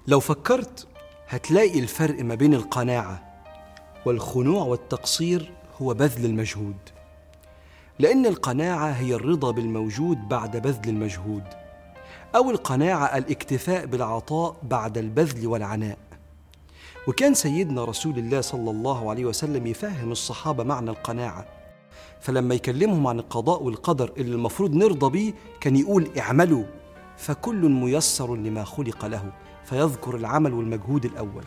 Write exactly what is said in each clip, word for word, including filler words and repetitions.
لو فكرت هتلاقي الفرق ما بين القناعة والخنوع والتقصير هو بذل المجهود، لأن القناعة هي الرضا بالموجود بعد بذل المجهود، أو القناعة الاكتفاء بالعطاء بعد البذل والعناء. وكان سيدنا رسول الله صلى الله عليه وسلم يفهم الصحابة معنى القناعة، فلما يكلمهم عن القضاء والقدر اللي المفروض نرضى بيه كان يقول اعملوا فكل ميسر لما خلق له، فيذكر العمل والمجهود الأول،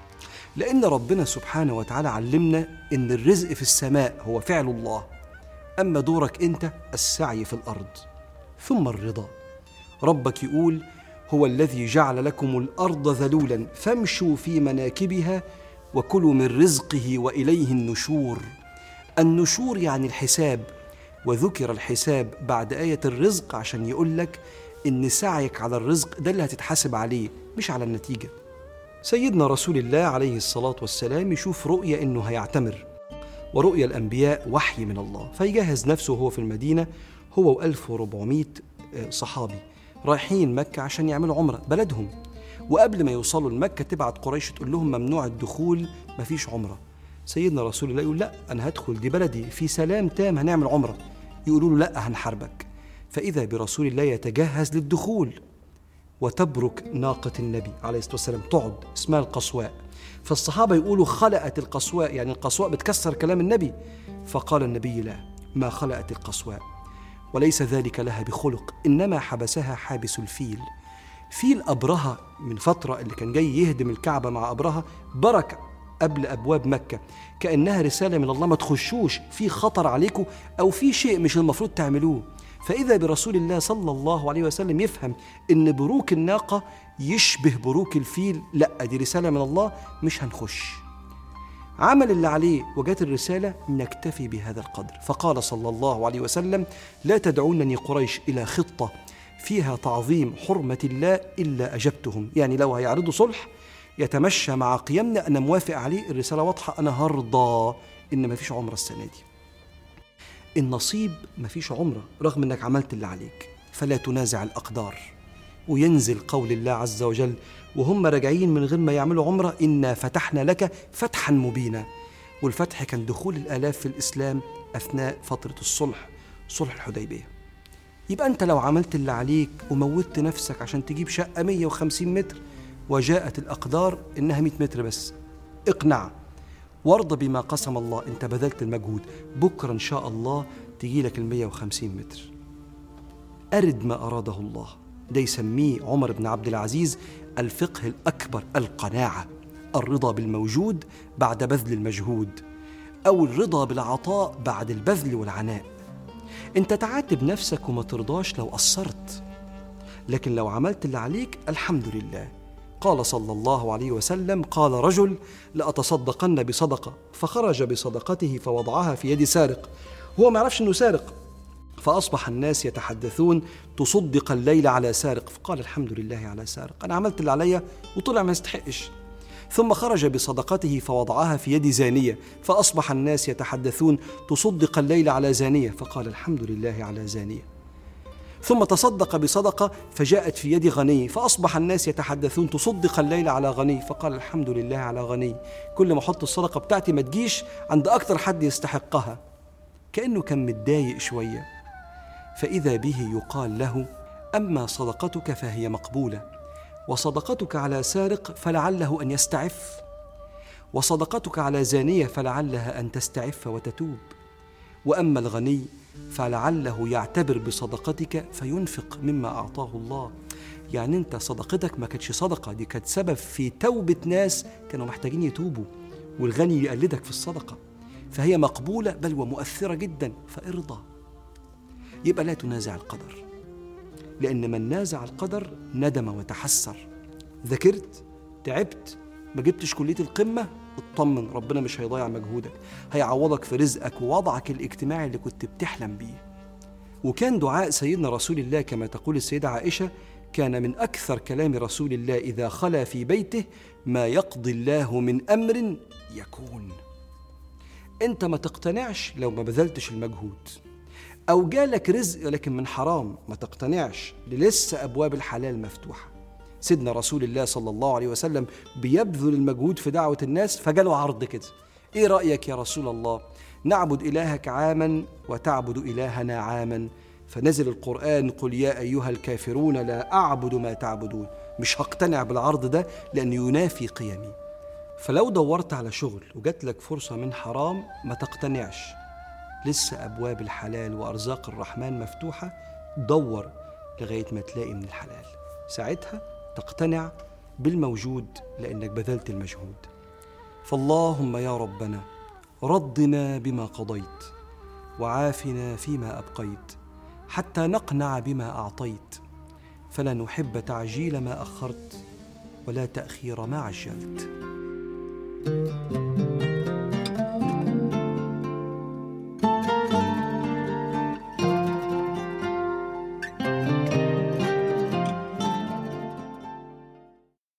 لأن ربنا سبحانه وتعالى علمنا إن الرزق في السماء هو فعل الله، أما دورك أنت السعي في الأرض. ثم الرضا، ربك يقول هو الذي جعل لكم الأرض ذلولا فامشوا في مناكبها وكلوا من رزقه وإليه النشور. النشور يعني الحساب، وذكر الحساب بعد آية الرزق عشان يقول لك إن سعيك على الرزق ده اللي هتتحاسب عليه مش على النتيجة. سيدنا رسول الله عليه الصلاة والسلام يشوف رؤية إنه هيعتمر، ورؤية الأنبياء وحي من الله، فيجهز نفسه وهو في المدينة هو وألف وأربعمائة صحابي رايحين مكة عشان يعملوا عمرة بلدهم. وقبل ما يوصلوا لمكة تبعت قريش تقول لهم ممنوع الدخول، مفيش عمرة. سيدنا رسول الله يقول لا أنا هدخل، دي بلدي في سلام تام هنعمل عمرة. يقولوا له لا هنحاربك. فإذا برسول الله يتجهز للدخول، وتبرك ناقة النبي عليه الصلاة والسلام تقعد اسمها القصواء، فالصحابة يقولوا خلقت القصواء، يعني القصواء بتكسر كلام النبي. فقال النبي لا، ما خلقت القصواء وليس ذلك لها بخلق، إنما حبسها حابس الفيل. فيل أبرهة من فترة اللي كان جاي يهدم الكعبة مع أبرهة بركة قبل أبواب مكة، كأنها رسالة من الله ما تخشوش، في خطر عليكم أو في شيء مش المفروض تعملوه. فإذا برسول الله صلى الله عليه وسلم يفهم إن بروك الناقة يشبه بروك الفيل، لا دي رسالة من الله مش هنخش. عمل اللي عليه وجات الرسالة، نكتفي بهذا القدر. فقال صلى الله عليه وسلم لا تدعونني قريش إلى خطة فيها تعظيم حرمة الله إلا أجبتهم، يعني لو هيعرضوا صلح يتمشى مع قيمنا أنا موافق عليه، الرسالة واضحة، أنا هرضى إن ما فيش عمرة السنة دي. النصيب ما فيش عمرة رغم أنك عملت اللي عليك، فلا تنازع الأقدار. وينزل قول الله عز وجل وهم راجعين من غير ما يعملوا عمرة إنا فتحنا لك فتحا مبينا. والفتح كان دخول الآلاف في الإسلام أثناء فترة الصلح، صلح الحديبية. يبقى أنت لو عملت اللي عليك وموتت نفسك عشان تجيب شقة مية وخمسين متر وجاءت الأقدار إنها مية متر بس، اقنع وارضى بما قسم الله. أنت بذلت المجهود، بكرة إن شاء الله تجي لك المية وخمسين متر. أرد ما أراده الله، ده يسميه عمر بن عبد العزيز الفقه الأكبر، القناعة، الرضا بالموجود بعد بذل المجهود، أو الرضا بالعطاء بعد البذل والعناء. أنت تعاتب نفسك وما ترضاش لو قصرت، لكن لو عملت اللي عليك الحمد لله. قال صلى الله عليه وسلم قال رجل لأتصدقن بصدقة، فخرج بصدقته فوضعها في يد سارق، هو ما يعرفش أنه سارق، فأصبح الناس يتحدثون تصدق الليل على سارق، فقال الحمد لله على سارق، أنا عملت اللي عليا وطلع ما يستحقش. ثم خرج بصدقته فوضعها في يد زانية، فأصبح الناس يتحدثون تصدق الليل على زانية، فقال الحمد لله على زانية. ثم تصدق بصدقة فجاءت في يد غني، فأصبح الناس يتحدثون تصدق الليل على غني، فقال الحمد لله على غني، كل ما أحط الصدقة بتاعتي ما تجيش عند أكتر حد يستحقها. كأنه كان متضايق شوية، فإذا به يقال له أما صدقتك فهي مقبولة، وصدقتك على سارق فلعله أن يستعف، وصدقتك على زانية فلعلها أن تستعف وتتوب، وأما الغني فلعله يعتبر بصدقتك فينفق مما أعطاه الله. يعني أنت صدقتك ما كانتش صدقة، دي كانت سبب في توبة ناس كانوا محتاجين يتوبوا، والغني يقلدك في الصدقة، فهي مقبولة بل ومؤثرة جدا، فارضى. يبقى لا تنازع القدر، لأن من نازع القدر ندم وتحسر. ذاكرت، تعبت، ما جبتش كلية القمة، اطمن ربنا مش هيضيع مجهودك، هيعوضك في رزقك ووضعك الاجتماعي اللي كنت بتحلم بيه. وكان دعاء سيدنا رسول الله كما تقول السيدة عائشة كان من أكثر كلام رسول الله إذا خلا في بيته ما يقضي الله من أمر يكون. أنت ما تقتنعش لو ما بذلتش المجهود، أو جالك رزق لكن من حرام ما تقتنعش، لسه أبواب الحلال مفتوحة. سيدنا رسول الله صلى الله عليه وسلم بيبذل المجهود في دعوة الناس، فجاله عرض كده: إيه رأيك يا رسول الله؟ نعبد إلهك عاما وتعبد إلهنا عاما. فنزل القرآن: قل يا أيها الكافرون لا أعبد ما تعبدون. مش هقتنع بالعرض ده لأنه ينافي قيمي. فلو دورت على شغل وجات لك فرصة من حرام، ما تقتنعش، لسه أبواب الحلال وأرزاق الرحمن مفتوحة. دور لغاية ما تلاقي من الحلال، ساعتها تقتنع بالموجود لأنك بذلت المجهود. فاللهم يا ربنا رضنا بما قضيت وعافنا فيما أبقيت حتى نقنع بما أعطيت، فلا نحب تعجيل ما أخرت ولا تأخير ما عجلت.